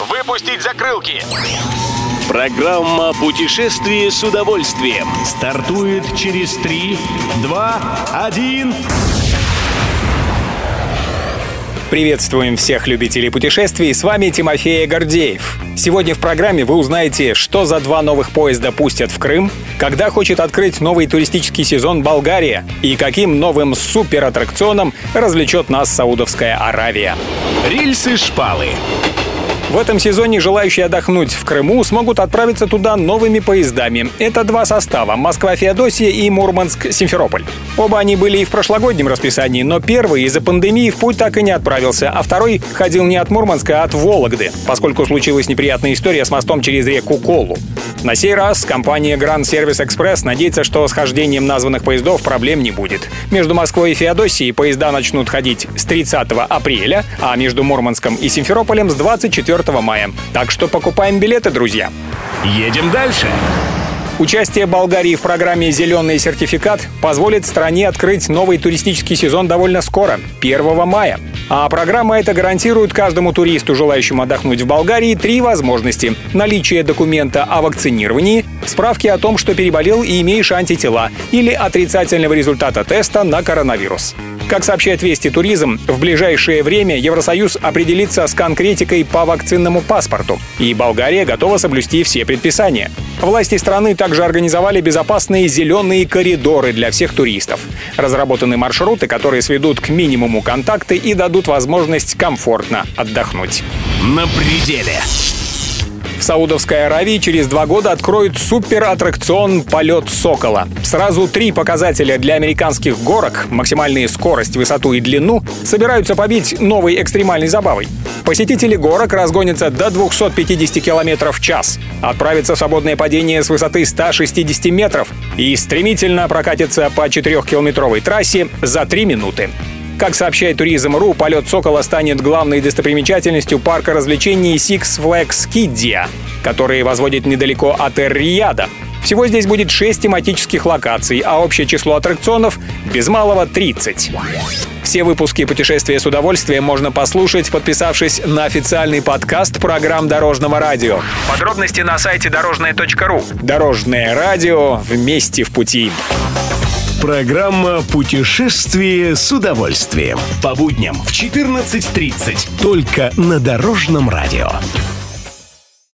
Выпустить закрылки. Программа «Путешествие с удовольствием» стартует через 3, 2, 1... Приветствуем всех любителей путешествий, с вами Тимофей Гордеев. Сегодня в программе вы узнаете, что за 2 новых поезда пустят в Крым, когда хочет открыть новый туристический сезон Болгария и каким новым суператтракционом развлечет нас Саудовская Аравия. Рельсы-шпалы. В этом сезоне желающие отдохнуть в Крыму смогут отправиться туда новыми поездами. Это 2 состава – Москва-Феодосия и Мурманск-Симферополь. Оба они были и в прошлогоднем расписании, но первый из-за пандемии в путь так и не отправился, а второй ходил не от Мурманска, а от Вологды, поскольку случилась неприятная история с мостом через реку Колу. На сей раз компания Grand Service Express надеется, что с хождением названных поездов проблем не будет. Между Москвой и Феодосией поезда начнут ходить с 30 апреля, а между Мурманском и Симферополем с 24 мая. Так что покупаем билеты, друзья. Едем дальше. Участие Болгарии в программе «Зеленый сертификат» позволит стране открыть новый туристический сезон довольно скоро, 1 мая. А программа эта гарантирует каждому туристу, желающему отдохнуть в Болгарии, 3 возможности: наличие документа о вакцинировании, справки о том, что переболел и имеешь антитела, или отрицательного результата теста на коронавирус. Как сообщает Вести Туризм, в ближайшее время Евросоюз определится с конкретикой по вакцинному паспорту, и Болгария готова соблюсти все предписания. Власти страны также организовали безопасные зеленые коридоры для всех туристов. Разработаны маршруты, которые сведут к минимуму контакты и дадут возможность комфортно отдохнуть. На пределе. В Саудовской Аравии через 2 года откроют суператтракцион «Полет Сокола». Сразу 3 показателя для американских горок — максимальная скорость, высоту и длину — собираются побить новой экстремальной забавой. Посетители горок разгонятся до 250 км в час, отправятся в свободное падение с высоты 160 метров и стремительно прокатятся по 4-километровой трассе за 3 минуты. Как сообщает Tourism.ru, полет Сокола станет главной достопримечательностью парка развлечений Six Flags Qiddiya, который возводит недалеко от Эр-Рияда. Всего здесь будет 6 тематических локаций, а общее число аттракционов без малого 30. Все выпуски «Путешествия с удовольствием» можно послушать, подписавшись на официальный подкаст программ Дорожного радио. Подробности на сайте дорожное.ру. Дорожное радио. Вместе в пути. Программа «Путешествие с удовольствием». По будням в 14:30. Только на Дорожном радио.